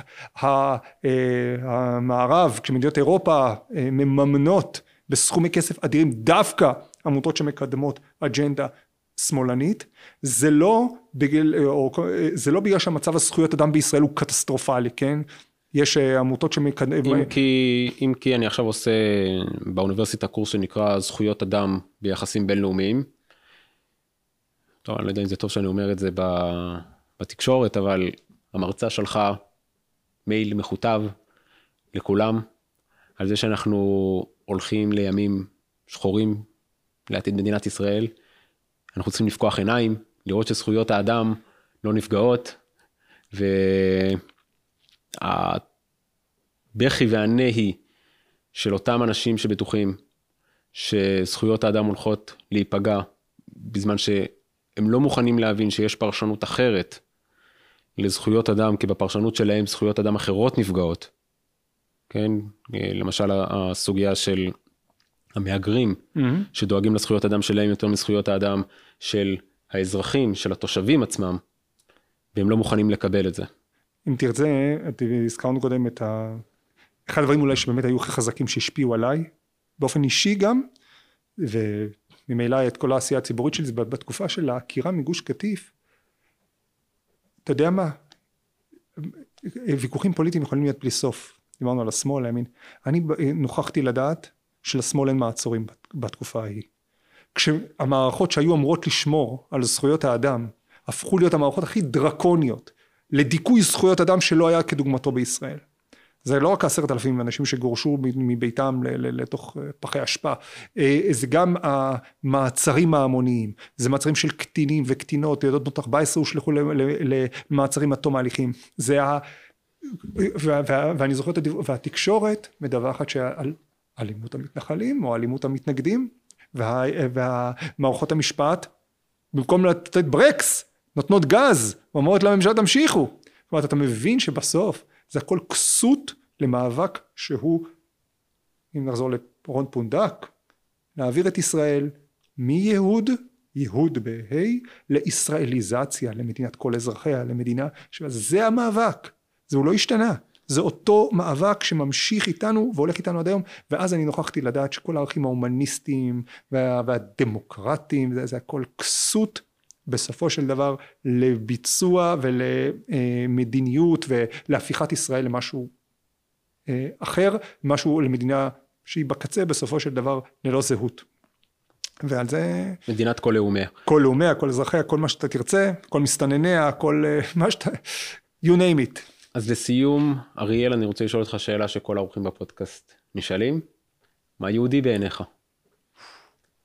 המערב, כשמדינות אירופה מממנות בסכומי כסף אדירים, דווקא עמותות שמקדמות אג'נדה שמאלנית, זה לא בגלל שהמצב הזכויות אדם בישראל הוא קטסטרופלי, כן? יש עמותות שמקדמים... אם כי אני עכשיו עושה באוניברסיטה קורס שנקרא זכויות אדם ביחסים בינלאומיים. טוב, אני לא יודע אם זה טוב שאני אומר את זה בתקשורת, אבל המרצה שלחה מייל מכותב לכולם, על זה שאנחנו הולכים לימים שחורים לעתיד מדינת ישראל. אנחנו צריכים לפקוח עיניים, לראות שזכויות האדם לא נפגעות, הבכי והנהי של אותם אנשים שבטוחים שזכויות האדם הולכות להיפגע, בזמן שהם לא מוכנים להבין שיש פרשנות אחרת לזכויות אדם, כי בפרשנות שלהם זכויות אדם אחרות נפגעות. כן? למשל הסוגיה של המהגרים, שדואגים לזכויות אדם שלהם יותר מזכויות האדם של האזרחים, של התושבים עצמם, והם לא מוכנים לקבל את זה. אם תרצה, הזכרנו קודם אחד הדברים אולי שבאמת היו הכי חזקים שהשפיעו עליי, באופן אישי גם, וממילא את כל העשייה הציבורית שלי, בתקופה של העקירה מגוש קטיף, אתה יודע מה? ויכוחים פוליטיים יכולים להיות בלי סוף. דיברנו על השמאל, הימין. אני נוכחתי לדעת שלשמאל אין מעצורים בתקופה ההיא. כשהמערכות שהיו אמורות לשמור על זכויות האדם, הפכו להיות המערכות הכי דרקוניות, לדיכוי זכויות אדם שלא היה כדוגמתו בישראל. זה לא רק 10,000 אנשים שגורשו מביתם לתוך פחי אשפה, זה גם המעצרים ההמוניים, זה מעצרים של קטינים וקטינות, ילדות בנות 14 הושלחו למעצרים עד תום ההליכים, ואני זוכר את והתקשורת מדווחת שעל אלימות המתנחלים או אלימות המתנגדים, והמערכות המשפט, במקום לתת ברקס, נותנות גז, ואומרות לממשלה תמשיכו. זאת אומרת, אתה מבין שבסוף זה הכל כסות למאבק שהוא, אם נחזור לפרון פונדק, להעביר את ישראל מיהוד, יהוד בהי, לישראליזציה, למדינת כל אזרחיה, למדינה, זה המאבק, זה הוא לא השתנה, זה אותו מאבק שממשיך איתנו והולך איתנו עד היום, ואז אני נוכחתי לדעת שכל הערכים ההומניסטיים והדמוקרטיים, זה הכל כסות, בסופו של דבר לביצוע ולמדיניות ולהפיכת ישראל למשהו אחר, משהו למדינה שהיא בקצה בסופו של דבר ללא זהות. ועל זה... מדינת כל לאומיה. כל לאומיה, כל אזרחיה, כל מה שאתה תרצה, כל מסתנניה, כל מה שאתה... you name it. אז לסיום, אריאל, אני רוצה לשאול אותך שאלה שכל האורחים בפודקאסט נשאלים. מה יהודי בעיניך?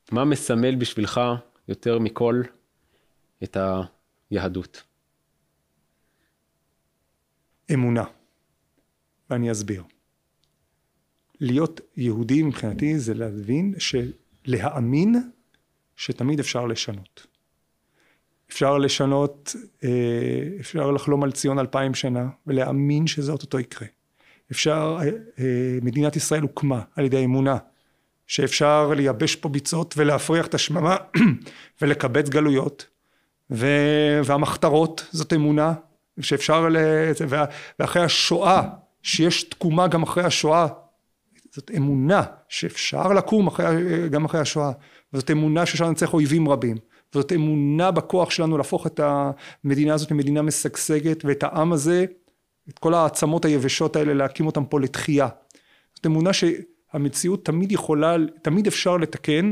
מה מסמל בשבילך יותר מכל את היהדות? אמונה. ואני אסביר. להיות יהודי מבחינתי זה להבין להאמין שתמיד אפשר לשנות. אפשר לשנות, אפשר לחלום על ציון 2000 שנה ולהאמין שזה אותו יקרה. אפשר, מדינת ישראל הוקמה על ידי אמונה שאפשר לייבש פה ביצות ולהפריח את השממה ולקבץ גלויות, והמחתרות זאת אמונה שאפשר, ואחרי השואה, שיש תקומה גם אחרי השואה, זאת אמונה שאפשר לקום גם אחרי השואה, וזאת אמונה שאפשר לנצח אויבים רבים, וזאת אמונה בכוח שלנו להפוך את המדינה הזאת למדינה משגשגת, ואת העם הזה, את כל העצמות היבשות האלה, להקים אותם פה לתחייה. זאת אמונה שהמציאות תמיד יכולה, תמיד אפשר לתקן,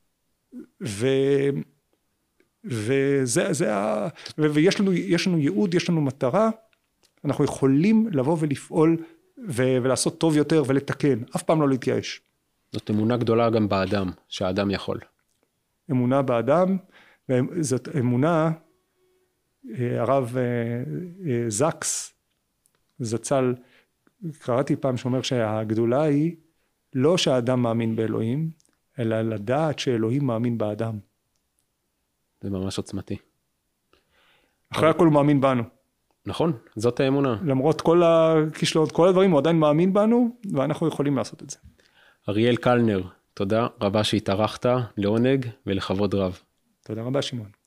ויש לנו ייעוד, יש לנו מטרה, אנחנו יכולים לבוא ולפעול ולעשות טוב יותר ולתקן, אף פעם לא להתייאש. זאת אמונה גדולה גם באדם, שהאדם יכול. אמונה באדם, זאת אמונה, הרב זקס, זצ"ל, קראתי פעם שאומר שהגדולה היא לא שהאדם מאמין באלוהים, אלא לדעת שאלוהים מאמין באדם. זה ממש עוצמתי. אחרי הכל הוא מאמין בנו. נכון, זאת האמונה. למרות כל הכישלונות, כל הדברים, הוא עדיין מאמין בנו, ואנחנו יכולים לעשות את זה. אריאל קלנר, תודה רבה שהתארחת, לעונג ולכבוד רב. תודה רבה שמעון.